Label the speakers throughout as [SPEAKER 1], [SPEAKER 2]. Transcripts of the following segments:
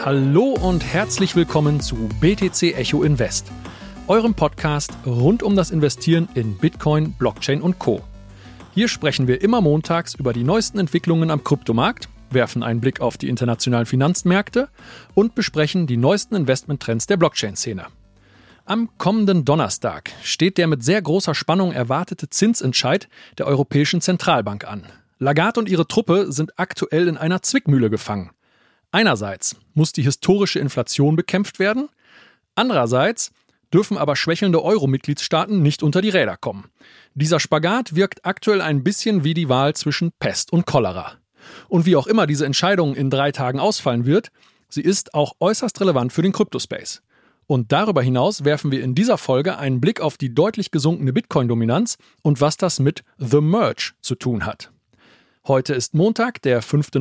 [SPEAKER 1] Hallo und herzlich willkommen zu BTC Echo Invest, eurem Podcast rund um das Investieren in Bitcoin, Blockchain und Co. Hier sprechen wir immer montags über die neuesten Entwicklungen am Kryptomarkt, werfen einen Blick auf die internationalen Finanzmärkte und besprechen die neuesten Investmenttrends der Blockchain-Szene. Am kommenden Donnerstag steht der mit sehr großer Spannung erwartete Zinsentscheid der Europäischen Zentralbank an. Lagarde und ihre Truppe sind aktuell in einer Zwickmühle gefangen. Einerseits muss die historische Inflation bekämpft werden, andererseits dürfen aber schwächelnde Euro-Mitgliedstaaten nicht unter die Räder kommen. Dieser Spagat wirkt aktuell ein bisschen wie die Wahl zwischen Pest und Cholera. Und wie auch immer diese Entscheidung in 3 Tagen ausfallen wird, sie ist auch äußerst relevant für den Kryptospace. Und darüber hinaus werfen wir in dieser Folge einen Blick auf die deutlich gesunkene Bitcoin-Dominanz und was das mit The Merge zu tun hat. Heute ist Montag, der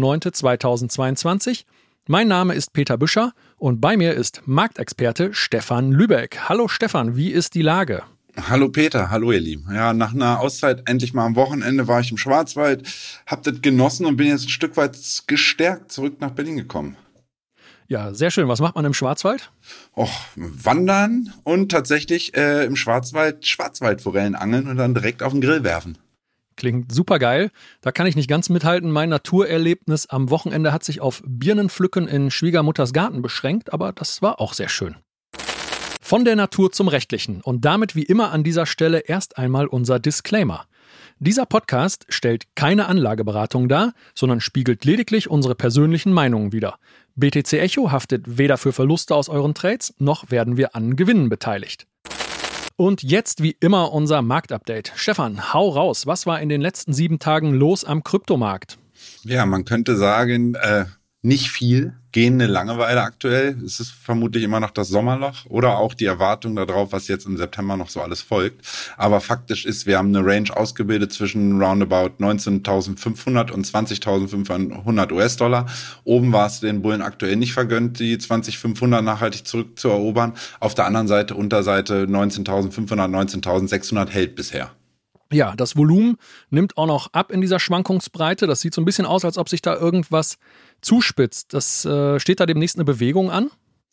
[SPEAKER 1] 5.9.2022. Mein Name ist Peter Büscher und bei mir ist Marktexperte Stefan Lübeck. Hallo Stefan, wie ist die Lage?
[SPEAKER 2] Hallo Peter, hallo ihr Lieben. Ja, nach einer Auszeit endlich mal am Wochenende war ich im Schwarzwald, hab das genossen und bin jetzt ein Stück weit gestärkt zurück nach Berlin gekommen.
[SPEAKER 1] Ja, sehr schön. Was macht man im Schwarzwald?
[SPEAKER 2] Wandern und tatsächlich im Schwarzwald Schwarzwaldforellen angeln und dann direkt auf den Grill werfen.
[SPEAKER 1] Klingt super geil. Da kann ich nicht ganz mithalten. Mein Naturerlebnis am Wochenende hat sich auf Birnenpflücken in Schwiegermutters Garten beschränkt, aber das war auch sehr schön. Von der Natur zum Rechtlichen und damit wie immer an dieser Stelle erst einmal unser Disclaimer. Dieser Podcast stellt keine Anlageberatung dar, sondern spiegelt lediglich unsere persönlichen Meinungen wider. BTC Echo haftet weder für Verluste aus euren Trades, noch werden wir an Gewinnen beteiligt. Und jetzt wie immer unser Marktupdate. Stefan, hau raus. Was war in den letzten 7 Tagen los am Kryptomarkt?
[SPEAKER 2] Ja, man könnte sagen, nicht viel. Gehende Langeweile aktuell. Es ist vermutlich immer noch das Sommerloch oder auch die Erwartung darauf, was jetzt im September noch so alles folgt. Aber faktisch ist, wir haben eine Range ausgebildet zwischen roundabout 19.500 und 20.500 US-Dollar. Oben war es den Bullen aktuell nicht vergönnt, die 20.500 nachhaltig zurückzuerobern. Auf der anderen Seite, Unterseite 19.500, 19.600 hält bisher.
[SPEAKER 1] Ja, das Volumen nimmt auch noch ab in dieser Schwankungsbreite. Das sieht so ein bisschen aus, als ob sich da irgendwas zuspitzt. Steht da demnächst eine Bewegung an?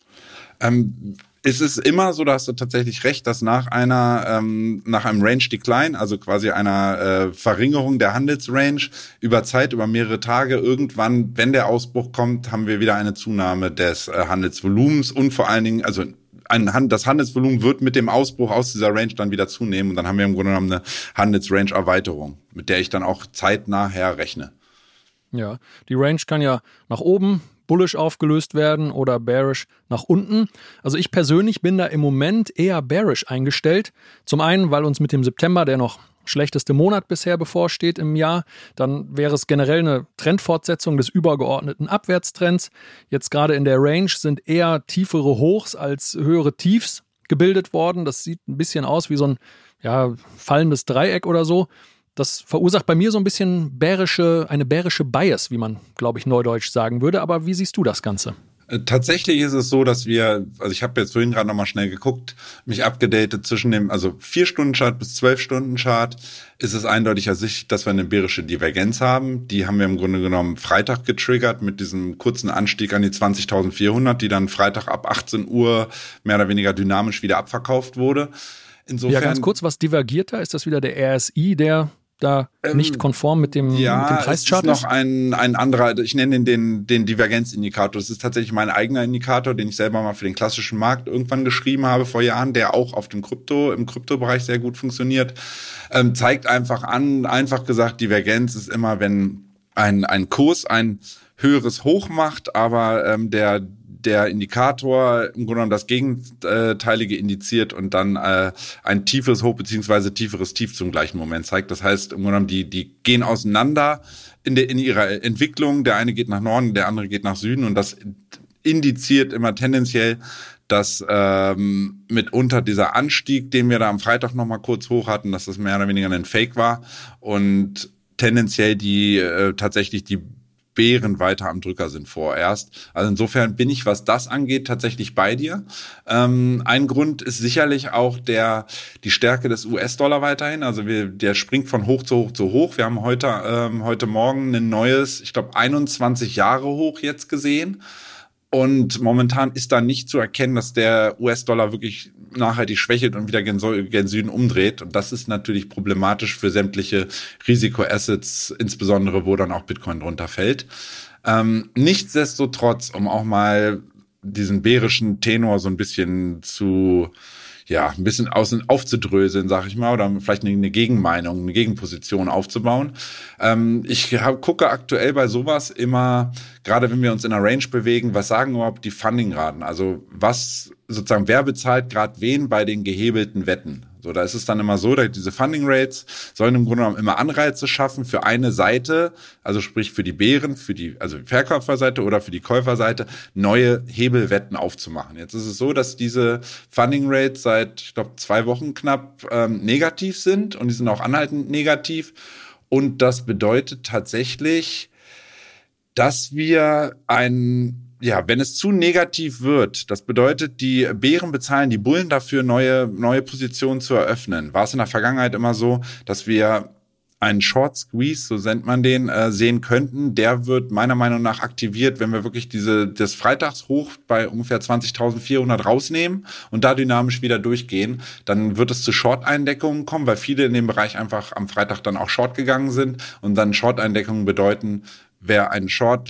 [SPEAKER 2] Es ist immer so, da hast du tatsächlich recht, dass nach einem Range Decline, also quasi einer Verringerung der Handelsrange über Zeit, über mehrere Tage, irgendwann, wenn der Ausbruch kommt, haben wir wieder eine Zunahme des Handelsvolumens und vor allen Dingen, also das Handelsvolumen wird mit dem Ausbruch aus dieser Range dann wieder zunehmen und dann haben wir im Grunde genommen eine Handelsrange-Erweiterung, mit der ich dann auch zeitnah rechne.
[SPEAKER 1] Ja, die Range kann ja nach oben bullish aufgelöst werden oder bearish nach unten. Also ich persönlich bin da im Moment eher bearish eingestellt. Zum einen, weil uns mit dem September, der noch schlechteste Monat bisher bevorsteht im Jahr, dann wäre es generell eine Trendfortsetzung des übergeordneten Abwärtstrends. Jetzt gerade in der Range sind eher tiefere Hochs als höhere Tiefs gebildet worden. Das sieht ein bisschen aus wie so ein fallendes Dreieck oder so. Das verursacht bei mir so ein bisschen eine bärische Bias, wie man, glaube ich, neudeutsch sagen würde. Aber wie siehst du das Ganze?
[SPEAKER 2] Tatsächlich ist es so, dass ich habe jetzt vorhin gerade nochmal schnell geguckt, mich abgedatet zwischen dem, 4-Stunden-Chart bis 12-Stunden-Chart, ist es eindeutig ersichtlich, dass wir eine bärische Divergenz haben. Die haben wir im Grunde genommen Freitag getriggert mit diesem kurzen Anstieg an die 20.400, die dann Freitag ab 18 Uhr mehr oder weniger dynamisch wieder abverkauft wurde. Insofern,
[SPEAKER 1] ja, ganz kurz, was divergiert da? Ist das wieder der RSI, der da nicht konform mit dem Preischart ist?
[SPEAKER 2] Ja, es ist noch ein anderer, ich nenne den Divergenzindikator. Das ist tatsächlich mein eigener Indikator, den ich selber mal für den klassischen Markt irgendwann geschrieben habe vor Jahren, der auch auf im Kryptobereich sehr gut funktioniert. Zeigt einfach gesagt, Divergenz ist immer, wenn ein Kurs ein höheres Hoch macht, aber der Indikator im Grunde genommen das Gegenteilige indiziert und dann ein tieferes Hoch beziehungsweise tieferes Tief zum gleichen Moment zeigt. Das heißt, im Grunde genommen, die gehen auseinander in ihrer Entwicklung. Der eine geht nach Norden, der andere geht nach Süden und das indiziert immer tendenziell, dass mitunter dieser Anstieg, den wir da am Freitag nochmal kurz hoch hatten, dass das mehr oder weniger ein Fake war und tendenziell tatsächlich die Bären weiter am Drücker sind vorerst. Also insofern bin ich, was das angeht, tatsächlich bei dir. Ein Grund ist sicherlich auch die Stärke des US-Dollar weiterhin. Also der springt von hoch zu hoch zu hoch. Wir haben heute Morgen ein neues, ich glaube 21 Jahre hoch jetzt gesehen. Und momentan ist da nicht zu erkennen, dass der US-Dollar wirklich nachhaltig schwächelt und wieder gen Süden umdreht. Und das ist natürlich problematisch für sämtliche Risikoassets, insbesondere wo dann auch Bitcoin drunter fällt. Nichtsdestotrotz, um auch mal diesen bärischen Tenor so ein bisschen ein bisschen aufzudröseln, sag ich mal, oder vielleicht eine Gegenmeinung, eine Gegenposition aufzubauen. Ich gucke aktuell bei sowas immer, gerade wenn wir uns in einer Range bewegen, was sagen überhaupt die Funding-Raten? Also was sozusagen, wer bezahlt gerade wen bei den gehebelten Wetten? So, da ist es dann immer so, dass diese Funding Rates sollen im Grunde genommen immer Anreize schaffen für eine Seite, also sprich für die Bären, also die Verkäuferseite oder für die Käuferseite, neue Hebelwetten aufzumachen. Jetzt ist es so, dass diese Funding Rates seit, ich glaube, 2 Wochen knapp negativ sind und die sind auch anhaltend negativ. Und das bedeutet tatsächlich, dass wir wenn es zu negativ wird, das bedeutet, die Bären bezahlen die Bullen dafür, neue Positionen zu eröffnen. War es in der Vergangenheit immer so, dass wir einen Short Squeeze, so nennt man den, sehen könnten. Der wird meiner Meinung nach aktiviert, wenn wir wirklich das Freitagshoch bei ungefähr 20.400 rausnehmen und da dynamisch wieder durchgehen. Dann wird es zu Short-Eindeckungen kommen, weil viele in dem Bereich einfach am Freitag dann auch Short gegangen sind und dann Short-Eindeckungen bedeuten, wer einen Short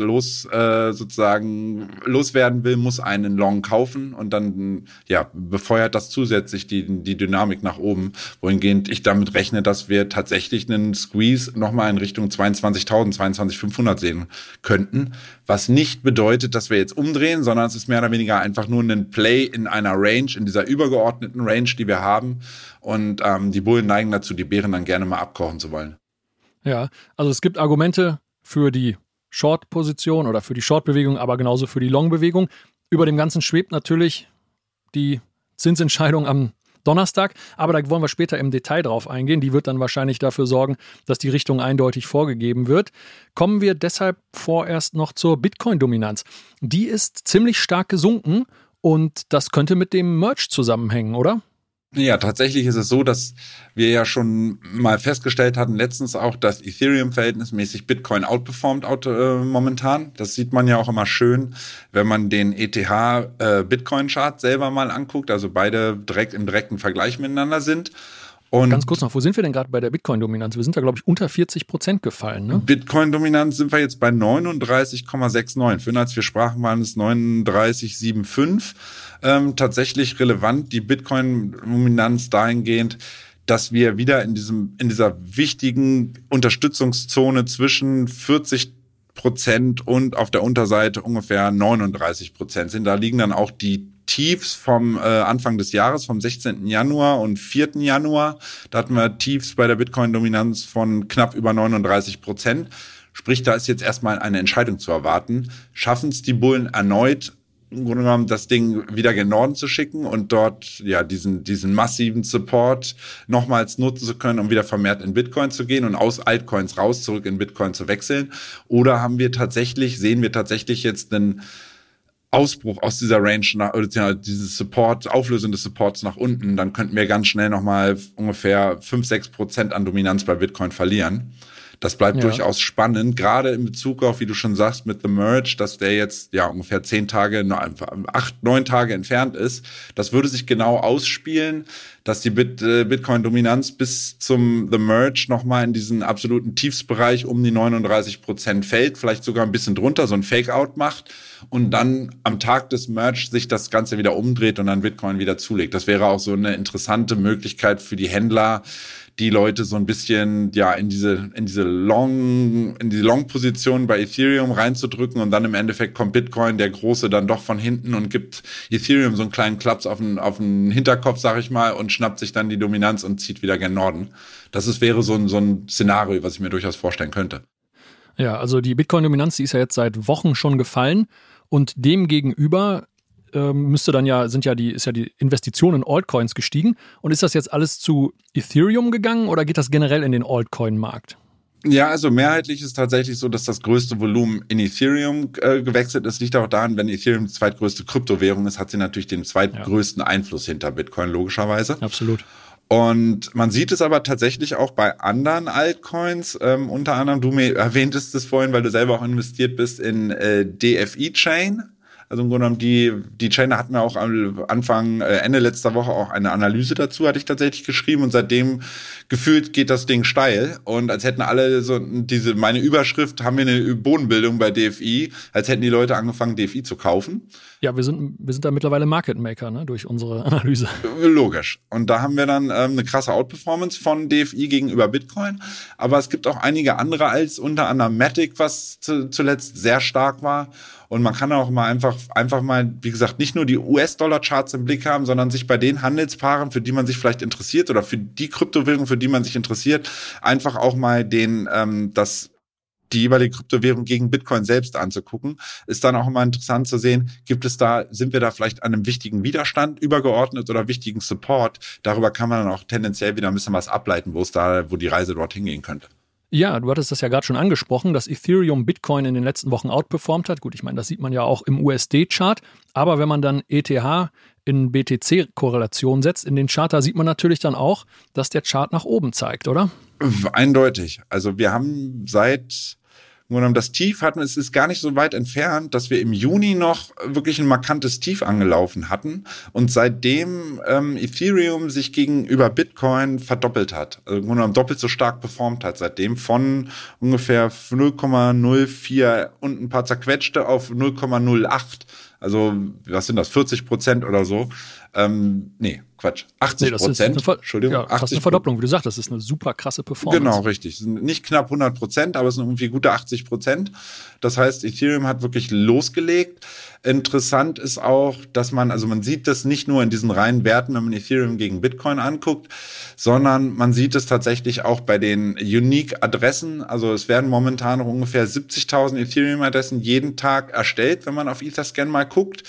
[SPEAKER 2] loswerden will, muss einen Long kaufen und dann befeuert das zusätzlich die Dynamik nach oben, wohingehend ich damit rechne, dass wir tatsächlich einen Squeeze nochmal in Richtung 22.000, 22.500 sehen könnten, was nicht bedeutet, dass wir jetzt umdrehen, sondern es ist mehr oder weniger einfach nur ein Play in einer Range, in dieser übergeordneten Range, die wir haben und die Bullen neigen dazu, die Bären dann gerne mal abkochen zu wollen.
[SPEAKER 1] Ja, also es gibt Argumente für die Short-Position oder für die Short-Bewegung, aber genauso für die Long-Bewegung. Über dem Ganzen schwebt natürlich die Zinsentscheidung am Donnerstag, aber da wollen wir später im Detail drauf eingehen. Die wird dann wahrscheinlich dafür sorgen, dass die Richtung eindeutig vorgegeben wird. Kommen wir deshalb vorerst noch zur Bitcoin-Dominanz. Die ist ziemlich stark gesunken und das könnte mit dem Merge zusammenhängen, oder?
[SPEAKER 2] Ja, tatsächlich ist es so, dass wir ja schon mal festgestellt hatten, letztens auch, dass Ethereum verhältnismäßig Bitcoin outperformt momentan. Das sieht man ja auch immer schön, wenn man den ETH-Bitcoin-Chart selber mal anguckt, also beide im direkten Vergleich miteinander sind. Und
[SPEAKER 1] ganz kurz noch, wo sind wir denn gerade bei der Bitcoin-Dominanz? Wir sind da, glaube ich, unter 40% gefallen, ne?
[SPEAKER 2] Bitcoin-Dominanz sind wir jetzt bei 39,69. Vorhin, als wir sprachen, waren es 39,75. Tatsächlich relevant, die Bitcoin-Dominanz dahingehend, dass wir wieder in dieser wichtigen Unterstützungszone zwischen 40% und auf der Unterseite ungefähr 39% sind. Da liegen dann auch die Tiefs vom Anfang des Jahres, vom 16. Januar und 4. Januar. Da hatten wir Tiefs bei der Bitcoin-Dominanz von knapp über 39%. Sprich, da ist jetzt erstmal eine Entscheidung zu erwarten. Schaffen es die Bullen erneut, im Grunde genommen das Ding wieder gen Norden zu schicken und dort diesen massiven Support nochmals nutzen zu können, um wieder vermehrt in Bitcoin zu gehen und aus Altcoins raus zurück in Bitcoin zu wechseln? Oder sehen wir tatsächlich jetzt einen Ausbruch aus dieser Range oder dieses Auflösung des Supports nach unten, dann könnten wir ganz schnell nochmal ungefähr 5-6% an Dominanz bei Bitcoin verlieren. Das bleibt durchaus spannend, gerade in Bezug auf, wie du schon sagst, mit The Merge, dass der jetzt ungefähr 8-9 Tage entfernt ist. Das würde sich genau ausspielen, dass die Bitcoin-Dominanz bis zum The Merge nochmal in diesen absoluten Tiefsbereich um die 39% fällt, vielleicht sogar ein bisschen drunter, so ein Fake-Out macht und dann am Tag des Merge sich das Ganze wieder umdreht und dann Bitcoin wieder zulegt. Das wäre auch so eine interessante Möglichkeit für die Händler, die Leute so ein bisschen in diese Long-Position bei Ethereum reinzudrücken und dann im Endeffekt kommt Bitcoin, der Große, dann doch von hinten und gibt Ethereum so einen kleinen Klaps auf den Hinterkopf, sag ich mal, und schnappt sich dann die Dominanz und zieht wieder gen Norden. Wäre so ein Szenario, was ich mir durchaus vorstellen könnte.
[SPEAKER 1] Ja, also die Bitcoin-Dominanz, die ist ja jetzt seit Wochen schon gefallen und demgegenüber ist die Investition in Altcoins gestiegen. Und ist das jetzt alles zu Ethereum gegangen oder geht das generell in den Altcoin-Markt?
[SPEAKER 2] Ja, also mehrheitlich ist tatsächlich so, dass das größte Volumen in Ethereum gewechselt ist. Liegt auch daran, wenn Ethereum die zweitgrößte Kryptowährung ist, hat sie natürlich den zweitgrößten Einfluss hinter Bitcoin, logischerweise.
[SPEAKER 1] Absolut. Und
[SPEAKER 2] man sieht es aber tatsächlich auch bei anderen Altcoins, unter anderem, du erwähntest es vorhin, weil du selber auch investiert bist in DFI Chain. Also im Grunde genommen, die Chain hatten wir auch am Anfang, Ende letzter Woche auch eine Analyse dazu, hatte ich tatsächlich geschrieben und seitdem gefühlt geht das Ding steil und als hätten alle so meine Überschrift, haben wir eine Bodenbildung bei DFI, als hätten die Leute angefangen, DFI zu kaufen.
[SPEAKER 1] Ja, wir sind da mittlerweile Market Maker, ne, durch unsere Analyse.
[SPEAKER 2] Logisch. Und da haben wir dann eine krasse Outperformance von DFI gegenüber Bitcoin. Aber es gibt auch einige andere als unter anderem Matic, was zuletzt sehr stark war. Und man kann auch mal einfach mal, wie gesagt, nicht nur die US-Dollar-Charts im Blick haben, sondern sich bei den Handelspaaren, für die man sich vielleicht interessiert oder für die Kryptowährung, für die man sich interessiert, einfach auch mal die jeweilige Kryptowährung gegen Bitcoin selbst anzugucken, ist dann auch immer interessant zu sehen, sind wir da vielleicht an einem wichtigen Widerstand übergeordnet oder wichtigen Support? Darüber kann man dann auch tendenziell wieder ein bisschen was ableiten, wo die Reise dorthin gehen könnte.
[SPEAKER 1] Ja, du hattest das ja gerade schon angesprochen, dass Ethereum Bitcoin in den letzten Wochen outperformt hat. Gut, ich meine, das sieht man ja auch im USD-Chart. Aber wenn man dann ETH in BTC-Korrelation setzt, in den Chart, da sieht man natürlich dann auch, dass der Chart nach oben zeigt, oder?
[SPEAKER 2] Eindeutig. Also wir haben das Tief es ist gar nicht so weit entfernt, dass wir im Juni noch wirklich ein markantes Tief angelaufen hatten und seitdem Ethereum sich gegenüber Bitcoin verdoppelt hat, also im Grunde genommen doppelt so stark performt hat, seitdem von ungefähr 0,04 und ein paar zerquetschte auf 0,08. Also, was sind das, 40% oder so? 80%.
[SPEAKER 1] Entschuldigung. Ja, fast eine Verdopplung, wie du sagst, das ist eine super krasse Performance.
[SPEAKER 2] Genau, richtig. Es sind nicht knapp 100%, aber es sind irgendwie gute 80%. Das heißt, Ethereum hat wirklich losgelegt. Interessant ist auch, dass man sieht das nicht nur in diesen reinen Werten, wenn man Ethereum gegen Bitcoin anguckt, sondern man sieht es tatsächlich auch bei den Unique-Adressen. Also es werden momentan noch ungefähr 70.000 Ethereum-Adressen jeden Tag erstellt, wenn man auf Etherscan mal guckt.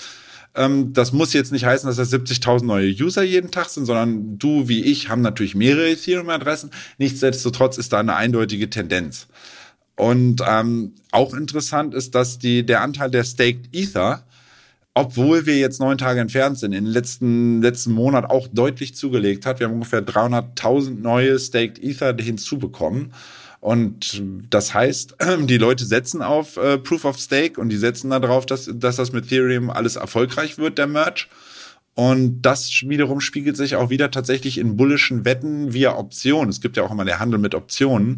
[SPEAKER 2] Das muss jetzt nicht heißen, dass das 70.000 neue User jeden Tag sind, sondern du wie ich haben natürlich mehrere Ethereum-Adressen. Nichtsdestotrotz ist da eine eindeutige Tendenz. Und auch interessant ist, dass der Anteil der Staked Ether, obwohl wir jetzt 9 Tage entfernt sind, in den letzten Monat auch deutlich zugelegt hat. Wir haben ungefähr 300.000 neue Staked Ether hinzubekommen. Und das heißt, die Leute setzen auf Proof of Stake und die setzen darauf, dass das mit Ethereum alles erfolgreich wird, der Merge. Und das wiederum spiegelt sich auch wieder tatsächlich in bullischen Wetten via Optionen. Es gibt ja auch immer den Handel mit Optionen.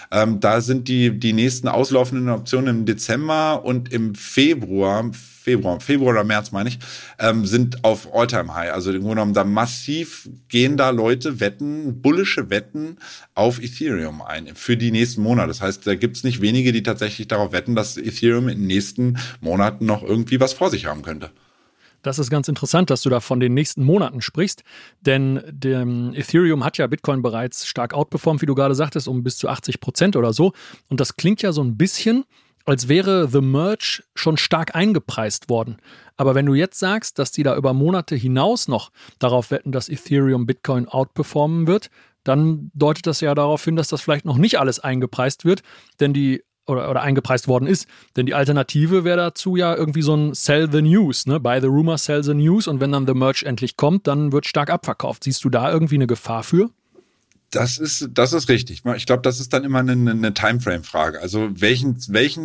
[SPEAKER 2] Da sind die nächsten auslaufenden Optionen im Dezember und im Februar oder März meine ich, sind auf All-Time-High. Also im Grunde genommen da massiv gehen da Leute bullische Wetten auf Ethereum ein für die nächsten Monate. Das heißt, da gibt's nicht wenige, die tatsächlich darauf wetten, dass Ethereum in den nächsten Monaten noch irgendwie was vor sich haben könnte.
[SPEAKER 1] Das ist ganz interessant, dass du da von den nächsten Monaten sprichst, denn Ethereum hat ja Bitcoin bereits stark outperformt, wie du gerade sagtest, um bis zu 80% oder so. Und das klingt ja so ein bisschen, als wäre The Merge schon stark eingepreist worden. Aber wenn du jetzt sagst, dass die da über Monate hinaus noch darauf wetten, dass Ethereum Bitcoin outperformen wird, dann deutet das ja darauf hin, dass das vielleicht noch nicht alles eingepreist wird, denn oder eingepreist worden ist. Denn die Alternative wäre dazu ja irgendwie so ein Sell the News, ne? Buy the rumor, sell the news. Und wenn dann The Merge endlich kommt, dann wird stark abverkauft. Siehst du da irgendwie eine Gefahr für?
[SPEAKER 2] Das ist richtig. Ich glaube, das ist dann immer eine Timeframe-Frage. Also welchen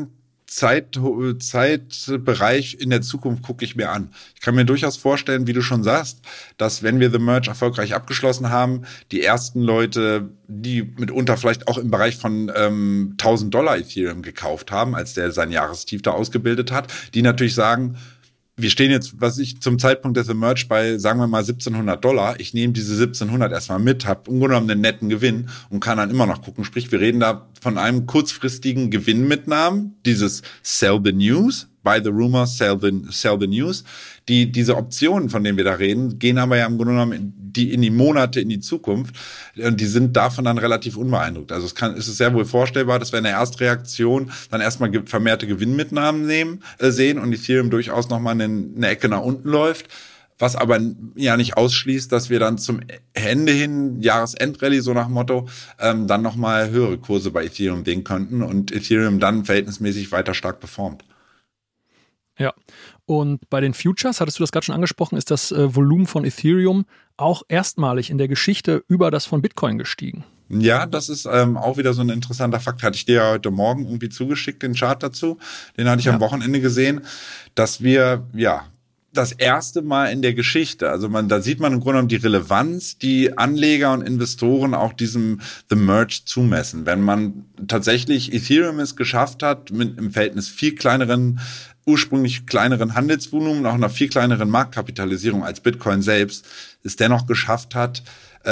[SPEAKER 2] Zeitbereich in der Zukunft gucke ich mir an. Ich kann mir durchaus vorstellen, wie du schon sagst, dass wenn wir The Merge erfolgreich abgeschlossen haben, die ersten Leute, die mitunter vielleicht auch im Bereich von $1.000 Ethereum gekauft haben, als der sein Jahrestief da ausgebildet hat, die natürlich sagen, wir stehen jetzt, zum Zeitpunkt des The Merge bei, sagen wir mal, $1.700. Ich nehme diese 1.700 erstmal mit, habe im Grunde genommen einen netten Gewinn und kann dann immer noch gucken. Sprich, wir reden da von einem kurzfristigen Gewinnmitnahmen, dieses Sell the News, buy the rumor, sell the news. Diese Optionen, von denen wir da reden, gehen aber ja im Grunde genommen in die Monate in die Zukunft und die sind davon dann relativ unbeeindruckt. Also es ist sehr wohl vorstellbar, dass wir in der Erstreaktion dann erstmal vermehrte Gewinnmitnahmen sehen und Ethereum durchaus nochmal eine Ecke nach unten läuft. Was aber ja nicht ausschließt, dass wir dann zum Ende hin, Jahresendrallye, so nach dem Motto, dann nochmal höhere Kurse bei Ethereum sehen könnten und Ethereum dann verhältnismäßig weiter stark performt.
[SPEAKER 1] Ja, Und bei den Futures, hattest du das gerade schon angesprochen, ist das Volumen von Ethereum auch erstmalig in der Geschichte über das von Bitcoin gestiegen.
[SPEAKER 2] Ja, das ist auch wieder so ein interessanter Fakt. Hatte ich dir ja heute Morgen irgendwie zugeschickt, den Chart dazu. Den hatte ich am Wochenende gesehen, dass wir, das erste Mal in der Geschichte, also da sieht man im Grunde genommen die Relevanz, die Anleger und Investoren auch diesem The Merge zumessen. Wenn man tatsächlich Ethereum es geschafft hat, mit im Verhältnis ursprünglich kleineren Handelsvolumen, auch einer viel kleineren Marktkapitalisierung als Bitcoin selbst, es dennoch geschafft hat,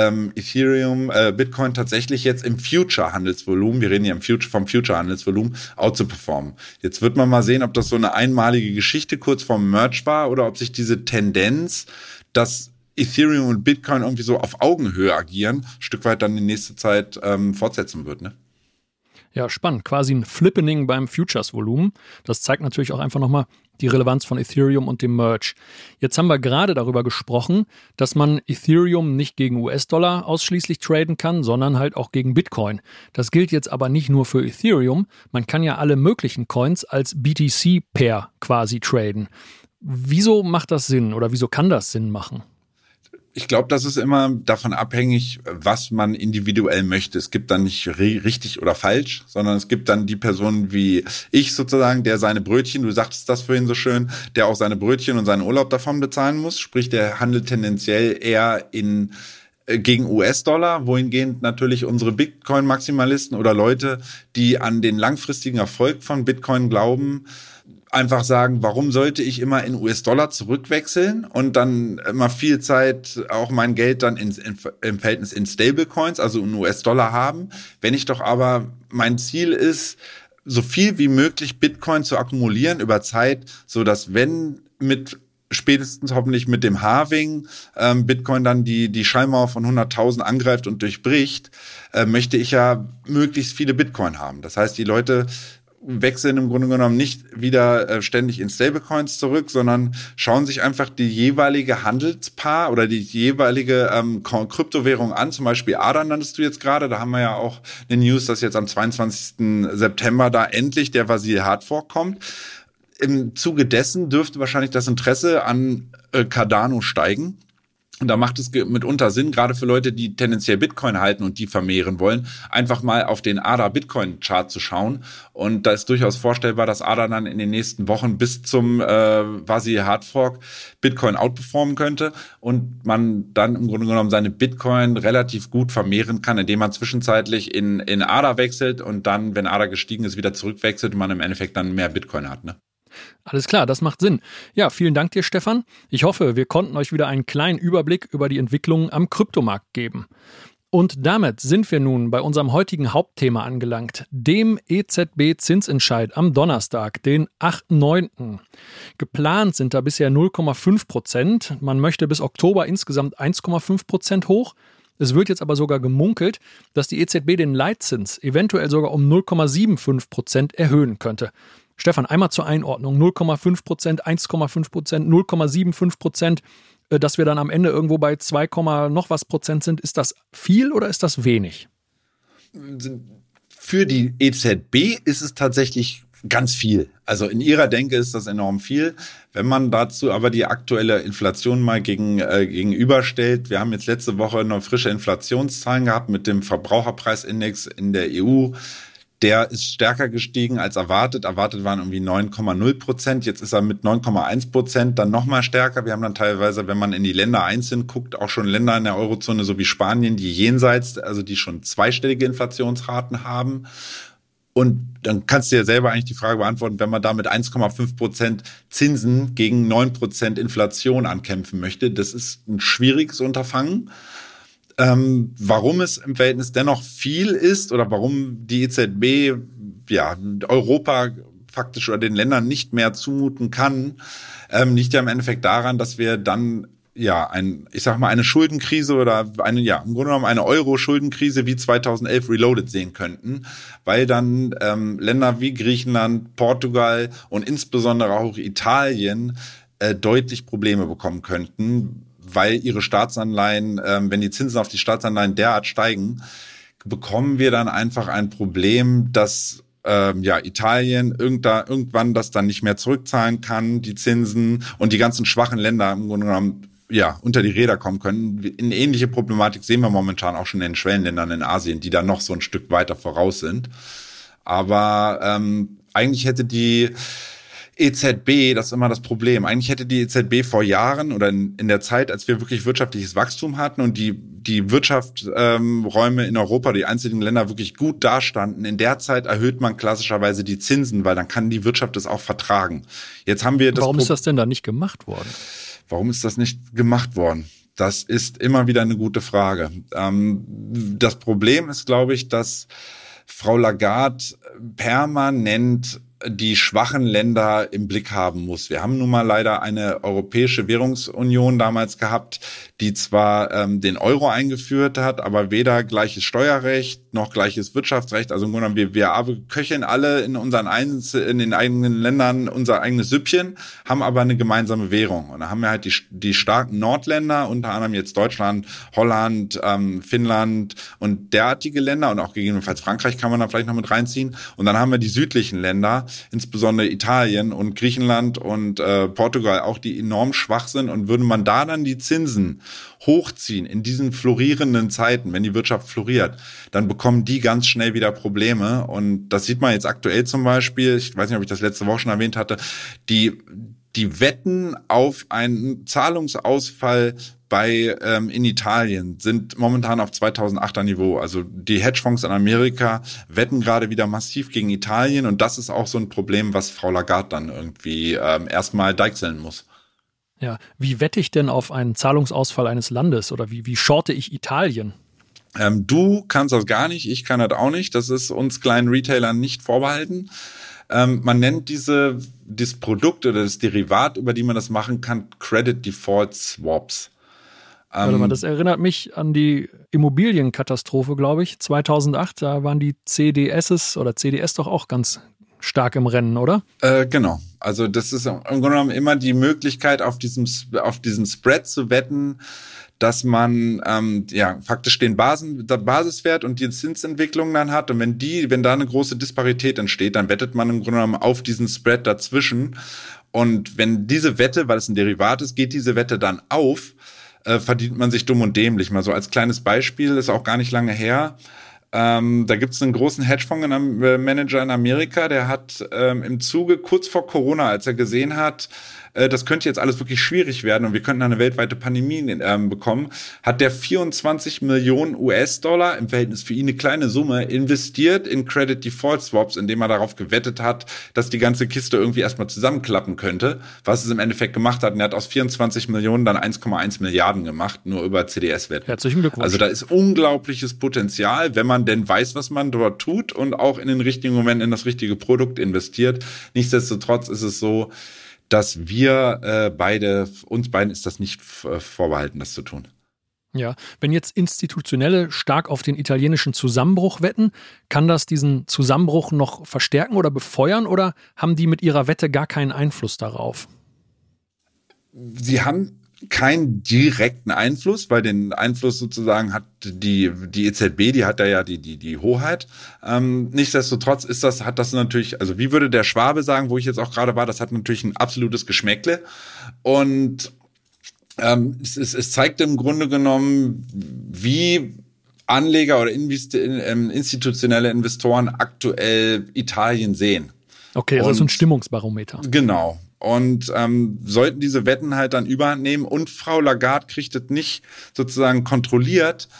[SPEAKER 2] Bitcoin tatsächlich jetzt im Future-Handelsvolumen, wir reden ja vom Future-Handelsvolumen, outzuperformen. Jetzt wird man mal sehen, ob das so eine einmalige Geschichte kurz vorm Merge war oder ob sich diese Tendenz, dass Ethereum und Bitcoin irgendwie so auf Augenhöhe agieren, ein Stück weit dann in nächster Zeit fortsetzen wird, ne?
[SPEAKER 1] Ja, spannend. Quasi ein Flippening beim Futures-Volumen. Das zeigt natürlich auch einfach nochmal die Relevanz von Ethereum und dem Merge. Jetzt haben wir gerade darüber gesprochen, dass man Ethereum nicht gegen US-Dollar ausschließlich traden kann, sondern halt auch gegen Bitcoin. Das gilt jetzt aber nicht nur für Ethereum. Man kann ja alle möglichen Coins als BTC-Pair quasi traden. Wieso macht das Sinn oder wieso kann das Sinn machen?
[SPEAKER 2] Ich glaube, das ist immer davon abhängig, was man individuell möchte. Es gibt dann nicht richtig oder falsch, sondern es gibt dann die Person wie ich sozusagen, der seine Brötchen, du sagtest das vorhin so schön, der auch seine Brötchen und seinen Urlaub davon bezahlen muss. Sprich, der handelt tendenziell eher gegen US-Dollar, wohingehend natürlich unsere Bitcoin-Maximalisten oder Leute, die an den langfristigen Erfolg von Bitcoin glauben, einfach sagen, warum sollte ich immer in US-Dollar zurückwechseln und dann immer viel Zeit auch mein Geld dann im Verhältnis in Stablecoins, also in US-Dollar haben, wenn ich doch aber mein Ziel ist, so viel wie möglich Bitcoin zu akkumulieren über Zeit, so dass wenn spätestens hoffentlich mit dem Halving Bitcoin dann die Schallmauer von 100.000 angreift und durchbricht, möchte ich ja möglichst viele Bitcoin haben. Das heißt, die Leute wechseln im Grunde genommen nicht wieder ständig in Stablecoins zurück, sondern schauen sich einfach die jeweilige Handelspaar oder die jeweilige Kryptowährung an. Zum Beispiel ADA nanntest du jetzt gerade. Da haben wir ja auch eine News, dass jetzt am 22. September da endlich der Vasil Hardfork kommt. Im Zuge dessen dürfte wahrscheinlich das Interesse an Cardano steigen. Und da macht es mitunter Sinn, gerade für Leute, die tendenziell Bitcoin halten und die vermehren wollen, einfach mal auf den ADA-Bitcoin-Chart zu schauen. Und da ist durchaus vorstellbar, dass ADA dann in den nächsten Wochen bis zum Vasil Hardfork Bitcoin outperformen könnte und man dann im Grunde genommen seine Bitcoin relativ gut vermehren kann, indem man zwischenzeitlich in ADA wechselt und dann, wenn ADA gestiegen ist, wieder zurückwechselt und man im Endeffekt dann mehr Bitcoin hat, ne?
[SPEAKER 1] Alles klar, das macht Sinn. Ja, vielen Dank dir, Stefan. Ich hoffe, wir konnten euch wieder einen kleinen Überblick über die Entwicklungen am Kryptomarkt geben. Und damit sind wir nun bei unserem heutigen Hauptthema angelangt, dem EZB-Zinsentscheid am Donnerstag, den 8.9. Geplant sind da bisher 0,5%. Man möchte bis Oktober insgesamt 1,5% hoch. Es wird jetzt aber sogar gemunkelt, dass die EZB den Leitzins eventuell sogar um 0,75% erhöhen könnte. Stefan, einmal zur Einordnung, 0,5%, 1,5%, 0,75%, dass wir dann am Ende irgendwo bei 2, noch was Prozent sind. Ist das viel oder ist das wenig?
[SPEAKER 2] Für die EZB ist es tatsächlich ganz viel. Also in ihrer Denke ist das enorm viel. Wenn man dazu aber die aktuelle Inflation mal gegenüberstellt, wir haben jetzt letzte Woche noch frische Inflationszahlen gehabt mit dem Verbraucherpreisindex in der EU. Der ist stärker gestiegen als erwartet. Erwartet waren irgendwie 9,0%. Jetzt ist er mit 9,1% dann nochmal stärker. Wir haben dann teilweise, wenn man in die Länder einzeln guckt, auch schon Länder in der Eurozone, so wie Spanien, die die schon zweistellige Inflationsraten haben. Und dann kannst du dir selber eigentlich die Frage beantworten, wenn man da mit 1,5% Zinsen gegen 9% Inflation ankämpfen möchte. Das ist ein schwieriges Unterfangen. Warum es im Verhältnis dennoch viel ist oder warum die EZB Europa faktisch oder den Ländern nicht mehr zumuten kann, liegt ja im Endeffekt daran, dass wir dann eine Schuldenkrise oder im Grunde genommen eine Euro-Schuldenkrise wie 2011 Reloaded sehen könnten, weil dann Länder wie Griechenland, Portugal und insbesondere auch Italien deutlich Probleme bekommen könnten, weil ihre Staatsanleihen, wenn die Zinsen auf die Staatsanleihen derart steigen, bekommen wir dann einfach ein Problem, dass Italien irgendwann das dann nicht mehr zurückzahlen kann, die Zinsen, und die ganzen schwachen Länder im Grunde genommen unter die Räder kommen können. Eine ähnliche Problematik sehen wir momentan auch schon in den Schwellenländern in Asien, die da noch so ein Stück weiter voraus sind. Aber eigentlich hätte die EZB, das ist immer das Problem, eigentlich hätte die EZB vor Jahren oder in der Zeit, als wir wirklich wirtschaftliches Wachstum hatten und die Wirtschaftsräume in Europa, die einzelnen Länder wirklich gut dastanden, in der Zeit erhöht man klassischerweise die Zinsen, weil dann kann die Wirtschaft das auch vertragen. Jetzt haben wir
[SPEAKER 1] Warum ist das denn da nicht gemacht worden?
[SPEAKER 2] Warum ist das nicht gemacht worden? Das ist immer wieder eine gute Frage. Das Problem ist, glaube ich, dass Frau Lagarde permanent die schwachen Länder im Blick haben muss. Wir haben nun mal leider eine Europäische Währungsunion damals gehabt, die zwar den Euro eingeführt hat, aber weder gleiches Steuerrecht noch gleiches Wirtschaftsrecht. Also im Grunde genommen, wir köcheln alle in den eigenen Ländern unser eigenes Süppchen, haben aber eine gemeinsame Währung. Und da haben wir halt die starken Nordländer, unter anderem jetzt Deutschland, Holland, Finnland und derartige Länder und auch gegebenenfalls Frankreich kann man da vielleicht noch mit reinziehen. Und dann haben wir die südlichen Länder, insbesondere Italien und Griechenland und Portugal auch, die enorm schwach sind. Und würde man da dann die Zinsen hochziehen in diesen florierenden Zeiten, wenn die Wirtschaft floriert, dann bekommen die ganz schnell wieder Probleme. Und das sieht man jetzt aktuell zum Beispiel, ich weiß nicht, ob ich das letzte Woche schon erwähnt hatte, die Wetten auf einen Zahlungsausfall in Italien sind momentan auf 2008er Niveau. Also die Hedgefonds in Amerika wetten gerade wieder massiv gegen Italien und das ist auch so ein Problem, was Frau Lagarde dann irgendwie erstmal deichseln muss.
[SPEAKER 1] Ja, wie wette ich denn auf einen Zahlungsausfall eines Landes oder wie shorte ich Italien?
[SPEAKER 2] Du kannst das gar nicht, ich kann das auch nicht. Das ist uns kleinen Retailern nicht vorbehalten. Man nennt das Produkt oder das Derivat, über die man das machen kann, Credit Default Swaps.
[SPEAKER 1] Warte mal, das erinnert mich an die Immobilienkatastrophe, glaube ich, 2008. Da waren die CDS doch auch ganz stark im Rennen, oder?
[SPEAKER 2] Genau. Also das ist im Grunde genommen immer die Möglichkeit, auf diesen Spread zu wetten, dass man faktisch der Basiswert und die Zinsentwicklung dann hat. Und wenn da eine große Disparität entsteht, dann wettet man im Grunde genommen auf diesen Spread dazwischen. Und wenn diese Wette, weil es ein Derivat ist, geht diese Wette dann auf, verdient man sich dumm und dämlich. Mal so als kleines Beispiel, ist auch gar nicht lange her. Da gibt es einen großen Hedgefonds-Manager in Amerika, der hat im Zuge kurz vor Corona, als er gesehen hat, das könnte jetzt alles wirklich schwierig werden und wir könnten eine weltweite Pandemie bekommen, hat der 24 Millionen US-Dollar, im Verhältnis für ihn eine kleine Summe, investiert in Credit Default Swaps, indem er darauf gewettet hat, dass die ganze Kiste irgendwie erstmal zusammenklappen könnte, was es im Endeffekt gemacht hat. Und er hat aus 24 Millionen dann 1,1 Milliarden gemacht, nur über CDS-Wetten.
[SPEAKER 1] Herzlichen Glückwunsch.
[SPEAKER 2] Also da ist unglaubliches Potenzial, wenn man denn weiß, was man dort tut und auch in den richtigen Moment in das richtige Produkt investiert. Nichtsdestotrotz ist es so, dass wir uns beiden ist das nicht vorbehalten, das zu tun.
[SPEAKER 1] Ja, wenn jetzt Institutionelle stark auf den italienischen Zusammenbruch wetten, kann das diesen Zusammenbruch noch verstärken oder befeuern oder haben die mit ihrer Wette gar keinen Einfluss darauf?
[SPEAKER 2] Sie haben keinen direkten Einfluss, weil den Einfluss sozusagen hat die EZB, die hat da ja die Hoheit. Nichtsdestotrotz hat das natürlich, also wie würde der Schwabe sagen, wo ich jetzt auch gerade war, das hat natürlich ein absolutes Geschmäckle und es zeigt im Grunde genommen, wie Anleger oder institutionelle Investoren aktuell Italien sehen.
[SPEAKER 1] Okay, also so ein Stimmungsbarometer.
[SPEAKER 2] Genau. Und sollten diese Wetten halt dann überhand nehmen und Frau Lagarde kriegt es nicht sozusagen kontrolliert,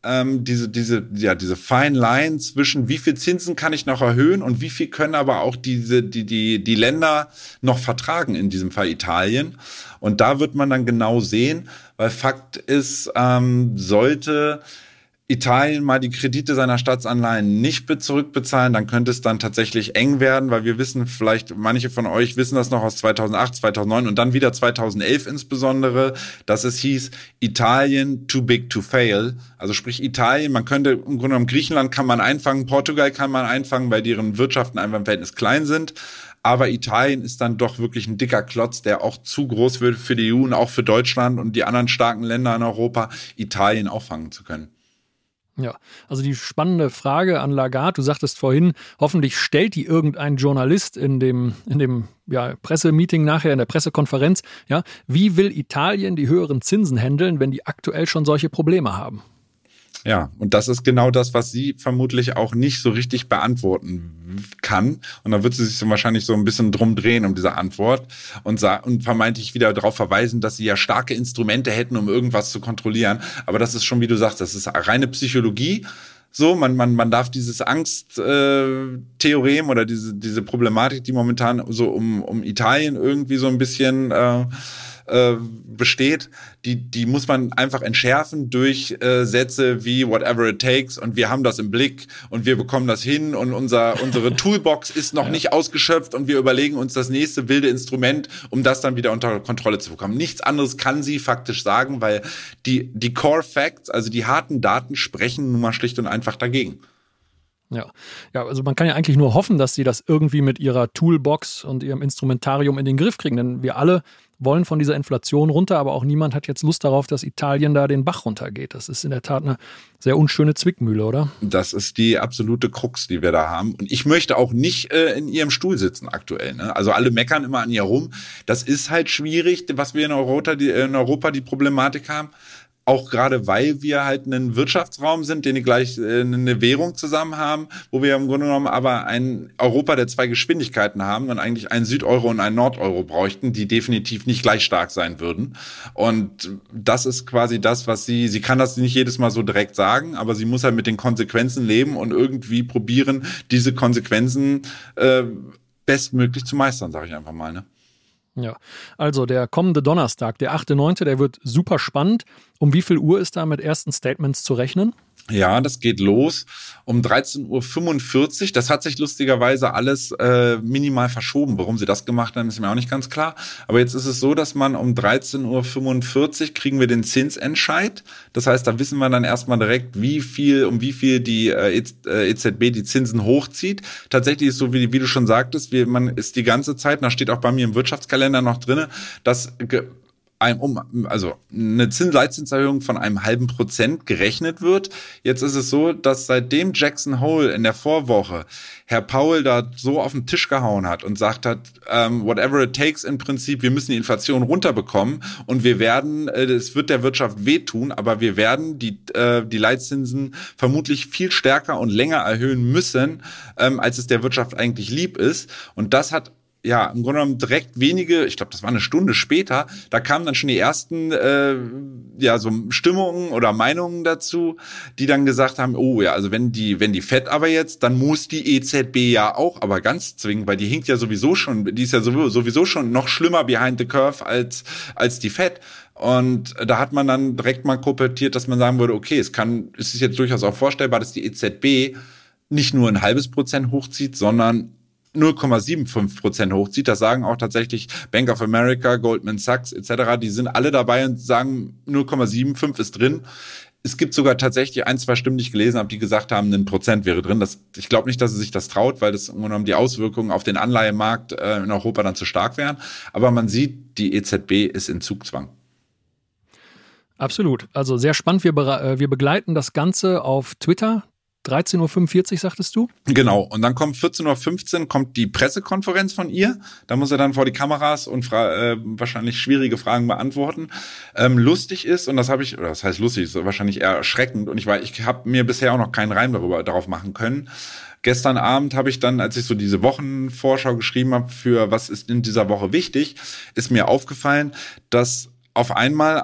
[SPEAKER 2] diese fine line zwischen wie viel Zinsen kann ich noch erhöhen und wie viel können aber auch die Länder noch vertragen, in diesem Fall Italien. Und da wird man dann genau sehen, weil Fakt ist, sollte Italien mal die Kredite seiner Staatsanleihen nicht zurückbezahlen, dann könnte es dann tatsächlich eng werden, weil wir wissen, vielleicht manche von euch wissen das noch aus 2008, 2009 und dann wieder 2011 insbesondere, dass es hieß, Italien too big to fail. Also sprich Italien, man könnte im Grunde genommen Griechenland kann man einfangen, Portugal kann man einfangen, weil deren Wirtschaften einfach im Verhältnis klein sind. Aber Italien ist dann doch wirklich ein dicker Klotz, der auch zu groß wird für die EU und auch für Deutschland und die anderen starken Länder in Europa, Italien auffangen zu können.
[SPEAKER 1] Ja, also die spannende Frage an Lagarde, du sagtest vorhin, hoffentlich stellt die irgendein Journalist in dem Pressemeeting nachher, in der Pressekonferenz, ja, wie will Italien die höheren Zinsen handeln, wenn die aktuell schon solche Probleme haben?
[SPEAKER 2] Ja, und das ist genau das, was sie vermutlich auch nicht so richtig beantworten kann. Und da wird sie sich so wahrscheinlich so ein bisschen drum drehen um diese Antwort und vermeintlich wieder darauf verweisen, dass sie ja starke Instrumente hätten, um irgendwas zu kontrollieren. Aber das ist schon, wie du sagst, das ist reine Psychologie. So, man darf dieses Angsttheorem oder diese Problematik, die momentan so um Italien irgendwie so ein bisschen besteht, die muss man einfach entschärfen durch Sätze wie whatever it takes und wir haben das im Blick und wir bekommen das hin und unsere Toolbox ist noch nicht ausgeschöpft und wir überlegen uns das nächste wilde Instrument, um das dann wieder unter Kontrolle zu bekommen. Nichts anderes kann sie faktisch sagen, weil die Core Facts, also die harten Daten, sprechen nun mal schlicht und einfach dagegen.
[SPEAKER 1] Ja, also man kann ja eigentlich nur hoffen, dass sie das irgendwie mit ihrer Toolbox und ihrem Instrumentarium in den Griff kriegen, denn wir alle wollen von dieser Inflation runter, aber auch niemand hat jetzt Lust darauf, dass Italien da den Bach runtergeht. Das ist in der Tat eine sehr unschöne Zwickmühle, oder? Das ist die absolute Krux, die wir da haben. Und ich möchte auch nicht in ihrem Stuhl sitzen aktuell. Ne? Also alle meckern immer an ihr rum. Das ist halt schwierig, was wir in Europa die Problematik haben. Auch gerade, weil wir halt ein Wirtschaftsraum sind, den die gleich eine Währung zusammen haben, wo wir im Grunde genommen aber ein Europa der zwei Geschwindigkeiten haben und eigentlich einen Südeuro und einen Nordeuro bräuchten, die definitiv nicht gleich stark sein würden. Und das ist quasi das, was sie kann das nicht jedes Mal so direkt sagen, aber sie muss halt mit den Konsequenzen leben und irgendwie probieren, diese Konsequenzen bestmöglich zu meistern, sage ich einfach mal, ne? Ja, also der kommende Donnerstag, der 8.9., der wird super spannend. Um wie viel Uhr ist da mit ersten Statements zu rechnen?
[SPEAKER 2] Ja, das geht los um 13.45 Uhr. Das hat sich lustigerweise alles minimal verschoben. Warum sie das gemacht haben, ist mir auch nicht ganz klar. Aber jetzt ist es so, dass man um 13.45 Uhr kriegen wir den Zinsentscheid. Das heißt, da wissen wir dann erstmal direkt, um wie viel die EZB die Zinsen hochzieht. Tatsächlich ist so, wie du schon sagtest, man ist die ganze Zeit, da steht auch bei mir im Wirtschaftskalender noch drin, dass also eine Leitzinserhöhung von 0,5% gerechnet wird. Jetzt ist es so, dass seitdem Jackson Hole in der Vorwoche Herr Powell da so auf den Tisch gehauen hat und sagt hat, whatever it takes im Prinzip, wir müssen die Inflation runterbekommen und wir werden, es wird der Wirtschaft wehtun, aber wir werden die Leitzinsen vermutlich viel stärker und länger erhöhen müssen, als es der Wirtschaft eigentlich lieb ist. Und das hat ja, im Grunde genommen direkt ich glaube, das war eine Stunde später, da kamen dann schon die ersten so Stimmungen oder Meinungen dazu, die dann gesagt haben, oh ja, also wenn die Fed aber jetzt, dann muss die EZB ja auch aber ganz zwingend, weil die hinkt ja sowieso schon, die ist ja sowieso schon noch schlimmer behind the curve als die Fed. Und da hat man dann direkt mal kooperiert, dass man sagen würde, okay, es ist jetzt durchaus auch vorstellbar, dass die EZB nicht nur 0,5% hochzieht, sondern 0,75% hochzieht. Das sagen auch tatsächlich Bank of America, Goldman Sachs etc. Die sind alle dabei und sagen, 0,75 ist drin. Es gibt sogar tatsächlich 1, 2 Stimmen, die ich gelesen habe, die gesagt haben, 1% wäre drin. Ich glaube nicht, dass sie sich das traut, weil das im Grunde genommen die Auswirkungen auf den Anleihemarkt in Europa dann zu stark wären. Aber man sieht, die EZB ist in Zugzwang.
[SPEAKER 1] Absolut. Also sehr spannend. Wir begleiten das Ganze auf Twitter. 13.45 Uhr, sagtest du?
[SPEAKER 2] Genau. Und dann kommt 14.15 Uhr kommt die Pressekonferenz von ihr. Da muss er dann vor die Kameras und wahrscheinlich schwierige Fragen beantworten. Lustig ist, und das heißt lustig, ist wahrscheinlich eher erschreckend. Und ich habe mir bisher auch noch keinen Reim darauf machen können. Gestern Abend habe ich dann, als ich so diese Wochenvorschau geschrieben habe, für was ist in dieser Woche wichtig, ist mir aufgefallen, dass auf einmal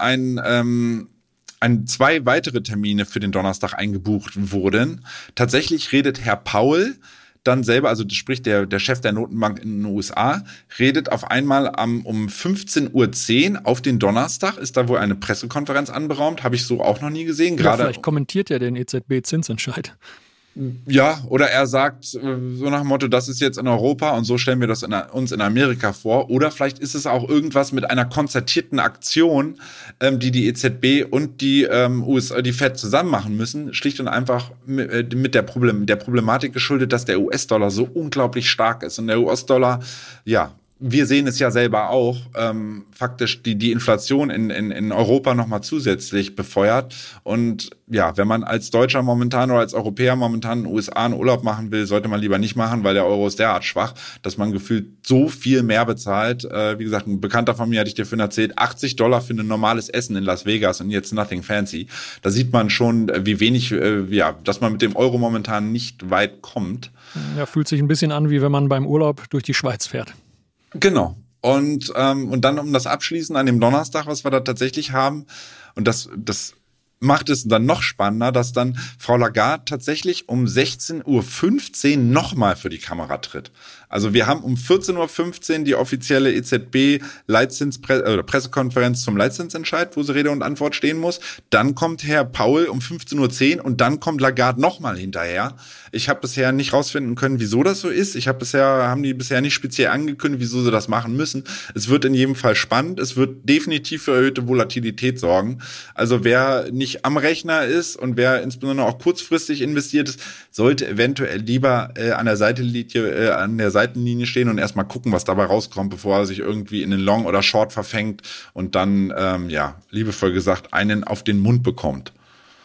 [SPEAKER 2] 2 weitere Termine für den Donnerstag eingebucht wurden. Tatsächlich redet Herr Powell dann selber, also sprich der Chef der Notenbank in den USA, redet auf einmal um 15.10 Uhr auf den Donnerstag, ist da wohl eine Pressekonferenz anberaumt, habe ich so auch noch nie gesehen.
[SPEAKER 1] Vielleicht kommentiert er den EZB-Zinsentscheid.
[SPEAKER 2] Ja, oder er sagt so nach dem Motto, das ist jetzt in Europa und so stellen wir das uns in Amerika vor. Oder vielleicht ist es auch irgendwas mit einer konzertierten Aktion, die EZB und die Fed zusammen machen müssen. Schlicht und einfach mit der Problematik geschuldet, dass der US-Dollar so unglaublich stark ist. Und der US-Dollar, ja, wir sehen es ja selber auch, faktisch die Inflation in Europa nochmal zusätzlich befeuert. Und ja, wenn man als Deutscher momentan oder als Europäer momentan in den USA einen Urlaub machen will, sollte man lieber nicht machen, weil der Euro ist derart schwach, dass man gefühlt so viel mehr bezahlt. Wie gesagt, ein Bekannter von mir hatte ich dir vorhin erzählt, $80 für ein normales Essen in Las Vegas und jetzt nothing fancy. Da sieht man schon, wie wenig, dass man mit dem Euro momentan nicht weit kommt.
[SPEAKER 1] Ja, fühlt sich ein bisschen an, wie wenn man beim Urlaub durch die Schweiz fährt.
[SPEAKER 2] Genau. Und dann, um das abschließen, an dem Donnerstag, was wir da tatsächlich haben, und das macht es dann noch spannender, dass dann Frau Lagarde tatsächlich um 16:15 Uhr nochmal für die Kamera tritt. Also wir haben um 14:15 Uhr die offizielle EZB-Pressekonferenz zum Leitzinsentscheid, wo sie Rede und Antwort stehen muss. Dann kommt Herr Paul um 15:10 Uhr und dann kommt Lagarde nochmal hinterher. Ich habe bisher nicht rausfinden können, wieso das so ist. Haben die bisher nicht speziell angekündigt, wieso sie das machen müssen. Es wird in jedem Fall spannend. Es wird definitiv für erhöhte Volatilität sorgen. Also wer nicht am Rechner ist und wer insbesondere auch kurzfristig investiert ist, sollte eventuell lieber an der Seitenlinie stehen und erstmal gucken, was dabei rauskommt, bevor er sich irgendwie in den Long oder Short verfängt und dann, liebevoll gesagt, einen auf den Mund bekommt.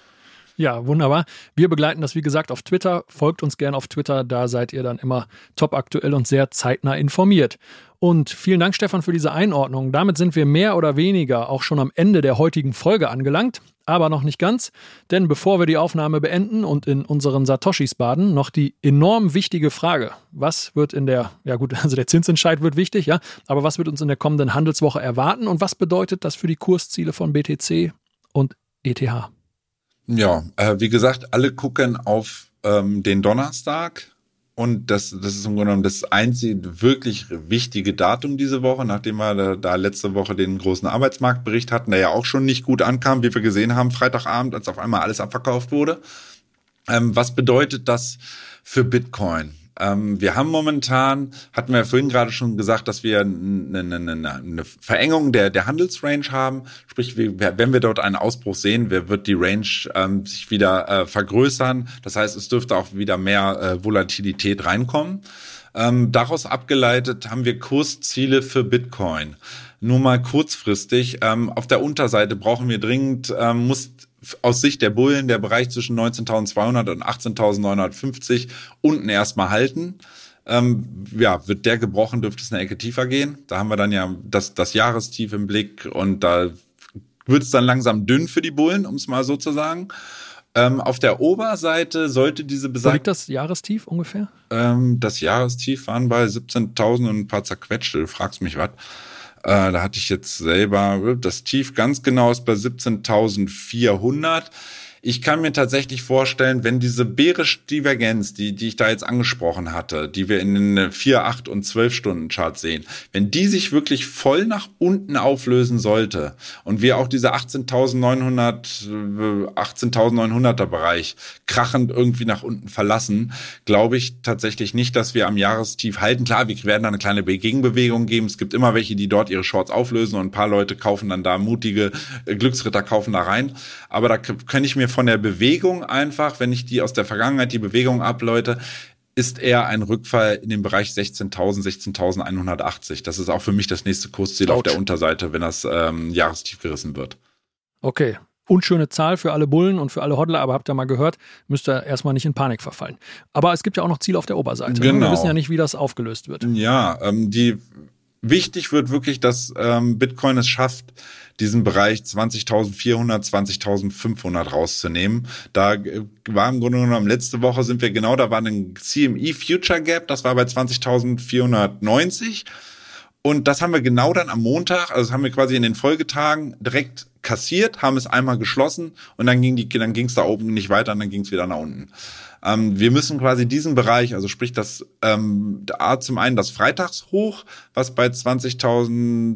[SPEAKER 1] Ja, wunderbar. Wir begleiten das, wie gesagt, auf Twitter. Folgt uns gerne auf Twitter, da seid ihr dann immer top aktuell und sehr zeitnah informiert. Und vielen Dank, Stefan, für diese Einordnung. Damit sind wir mehr oder weniger auch schon am Ende der heutigen Folge angelangt. Aber noch nicht ganz, denn bevor wir die Aufnahme beenden und in unseren Satoshis baden, noch die enorm wichtige Frage. Was wird der Zinsentscheid wird wichtig, ja, aber was wird uns in der kommenden Handelswoche erwarten und was bedeutet das für die Kursziele von BTC und ETH?
[SPEAKER 2] Ja, wie gesagt, alle gucken auf den Donnerstag und das ist im Grunde genommen das einzige wirklich wichtige Datum diese Woche, nachdem wir da letzte Woche den großen Arbeitsmarktbericht hatten, der ja auch schon nicht gut ankam, wie wir gesehen haben, Freitagabend, als auf einmal alles abverkauft wurde. Was bedeutet das für Bitcoin? Wir haben momentan, hatten wir ja vorhin gerade schon gesagt, dass wir eine Verengung der Handelsrange haben. Sprich, wenn wir dort einen Ausbruch sehen, wird die Range sich wieder vergrößern. Das heißt, es dürfte auch wieder mehr Volatilität reinkommen. Daraus abgeleitet haben wir Kursziele für Bitcoin. Nur mal kurzfristig. Auf der Unterseite brauchen wir dringend, muss aus Sicht der Bullen der Bereich zwischen 19.200 und 18.950 unten erstmal halten. Wird der gebrochen, dürfte es eine Ecke tiefer gehen. Da haben wir dann ja das Jahrestief im Blick und da wird es dann langsam dünn für die Bullen, um es mal so zu sagen. Auf der Oberseite sollte diese
[SPEAKER 1] Wo liegt das Jahrestief ungefähr?
[SPEAKER 2] Das Jahrestief waren bei 17.000 und ein paar zerquetschte, du fragst mich was. Da hatte ich jetzt selber, das Tief ganz genau ist bei 17.400. Ich kann mir tatsächlich vorstellen, wenn diese bärische Divergenz, die ich da jetzt angesprochen hatte, die wir in den 4, 8 und 12 Stunden Chart sehen, wenn die sich voll nach unten auflösen sollte und wir auch diese 18.900er Bereich krachend irgendwie nach unten verlassen, glaube ich tatsächlich nicht, dass wir am Jahrestief halten. Klar, wir werden da eine kleine Gegenbewegung geben. Es gibt immer welche, die dort ihre Shorts auflösen und ein paar Leute kaufen dann da, mutige Glücksritter kaufen da rein. Aber da kann ich mir von der Bewegung einfach, wenn ich die aus der Vergangenheit die Bewegung ableute, ist eher ein Rückfall in den Bereich 16.180. Das ist auch für mich das nächste Kursziel auf der Unterseite, wenn das Jahrestief gerissen wird.
[SPEAKER 1] Okay. Unschöne Zahl für alle Bullen und für alle Hodler, aber habt ihr mal gehört, müsst ihr erstmal nicht in Panik verfallen. Aber es gibt ja auch noch Ziele auf der Oberseite.
[SPEAKER 2] Genau.
[SPEAKER 1] Wir wissen ja nicht, wie das aufgelöst wird.
[SPEAKER 2] Ja, wichtig wird wirklich, dass Bitcoin es schafft, diesen Bereich 20.400, 20.500 rauszunehmen. Da war im Grunde genommen, letzte Woche da war ein CME Future Gap, das war bei 20.490. Und das haben wir genau dann am Montag, also das haben wir quasi in den Folgetagen direkt kassiert, haben es einmal geschlossen und dann ging es da oben nicht weiter und dann ging es wieder nach unten. Wir müssen quasi diesen Bereich, also sprich zum einen das Freitagshoch, was bei 20.400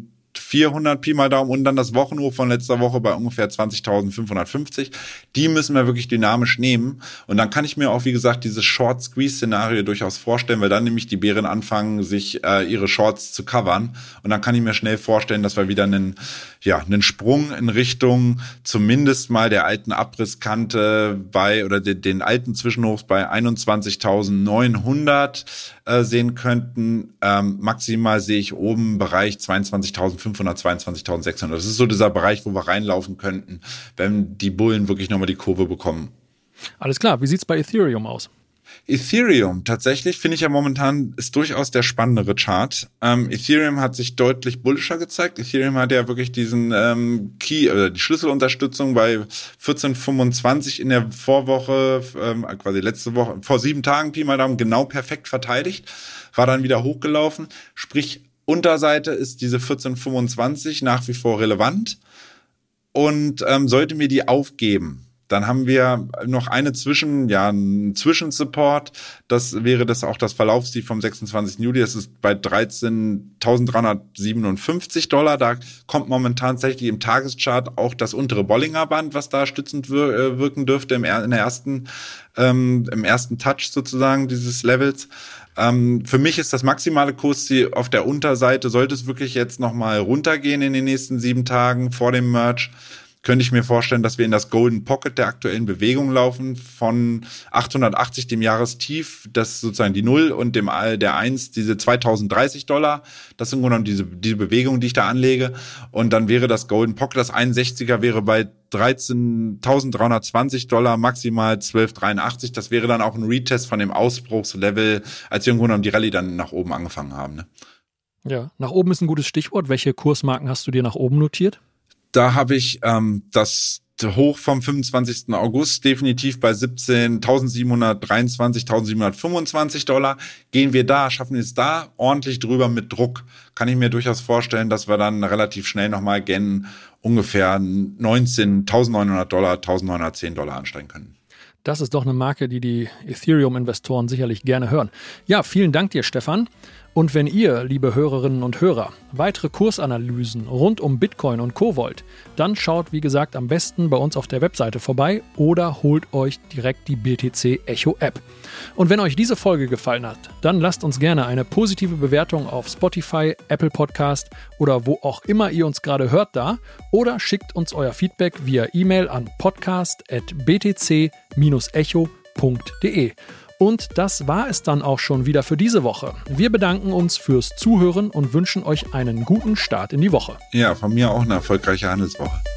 [SPEAKER 2] 400 Pi mal Daumen und dann das Wochenhoch von letzter Woche bei ungefähr 20.550. Die müssen wir wirklich dynamisch nehmen. Und dann kann ich mir auch, wie gesagt, dieses Short-Squeeze-Szenario durchaus vorstellen, weil dann nämlich die Bären anfangen, sich ihre Shorts zu covern. Und dann kann ich mir schnell vorstellen, dass wir wieder einen Sprung in Richtung zumindest mal der alten Abrisskante den alten Zwischenhochs bei 21.900 sehen könnten. Maximal sehe ich oben im Bereich 22.500, 22.600. Das ist so dieser Bereich, wo wir reinlaufen könnten, wenn die Bullen wirklich nochmal die Kurve bekommen.
[SPEAKER 1] Alles klar. Wie sieht's bei Ethereum aus?
[SPEAKER 2] Ethereum, tatsächlich finde ich ja momentan, ist durchaus der spannendere Chart. Ethereum hat sich deutlich bullischer gezeigt. Ethereum hat ja wirklich diesen die Schlüsselunterstützung bei 14,25 in der Vorwoche, quasi letzte Woche, vor 7 Tagen, Pi mal Daumen, genau perfekt verteidigt, war dann wieder hochgelaufen. Sprich, Unterseite ist diese 14,25 nach wie vor relevant. Und sollten wir die aufgeben, dann haben wir noch einen Zwischensupport. Das wäre auch das Verlaufsziel vom 26. Juli. Das ist bei $13.357. Da kommt momentan tatsächlich im Tageschart auch das untere Bollinger Band, was da stützend wirken dürfte im ersten Touch sozusagen dieses Levels. Für mich ist das maximale Kursziel auf der Unterseite. Sollte es wirklich jetzt nochmal runtergehen in den nächsten 7 Tagen vor dem Merge, könnte ich mir vorstellen, dass wir in das Golden Pocket der aktuellen Bewegung laufen von 880, dem Jahrestief, das sozusagen die 0 und der 1, diese $2.030. Das sind im Grunde genommen diese Bewegung, die ich da anlege. Und dann wäre das Golden Pocket, das 61er wäre bei $13.320, maximal 12,83. Das wäre dann auch ein Retest von dem Ausbruchslevel, als wir im Grunde genommen die Rallye dann nach oben angefangen haben. Ne?
[SPEAKER 1] Ja, nach oben ist ein gutes Stichwort. Welche Kursmarken hast du dir nach oben notiert?
[SPEAKER 2] Da habe ich das Hoch vom 25. August definitiv bei 1.723, $1.725. Gehen wir da, schaffen wir es da ordentlich drüber mit Druck, kann ich mir durchaus vorstellen, dass wir dann relativ schnell nochmal gen ungefähr $1.900, $1.910 ansteigen können.
[SPEAKER 1] Das ist doch eine Marke, die Ethereum-Investoren sicherlich gerne hören. Ja, vielen Dank dir, Stefan. Und wenn ihr, liebe Hörerinnen und Hörer, weitere Kursanalysen rund um Bitcoin und Co. wollt, dann schaut, wie gesagt, am besten bei uns auf der Webseite vorbei oder holt euch direkt die BTC Echo App. Und wenn euch diese Folge gefallen hat, dann lasst uns gerne eine positive Bewertung auf Spotify, Apple Podcast oder wo auch immer ihr uns gerade hört da oder schickt uns euer Feedback via E-Mail an podcast@btc-echo.de. Und das war es dann auch schon wieder für diese Woche. Wir bedanken uns fürs Zuhören und wünschen euch einen guten Start in die Woche.
[SPEAKER 2] Ja, von mir auch eine erfolgreiche Handelswoche.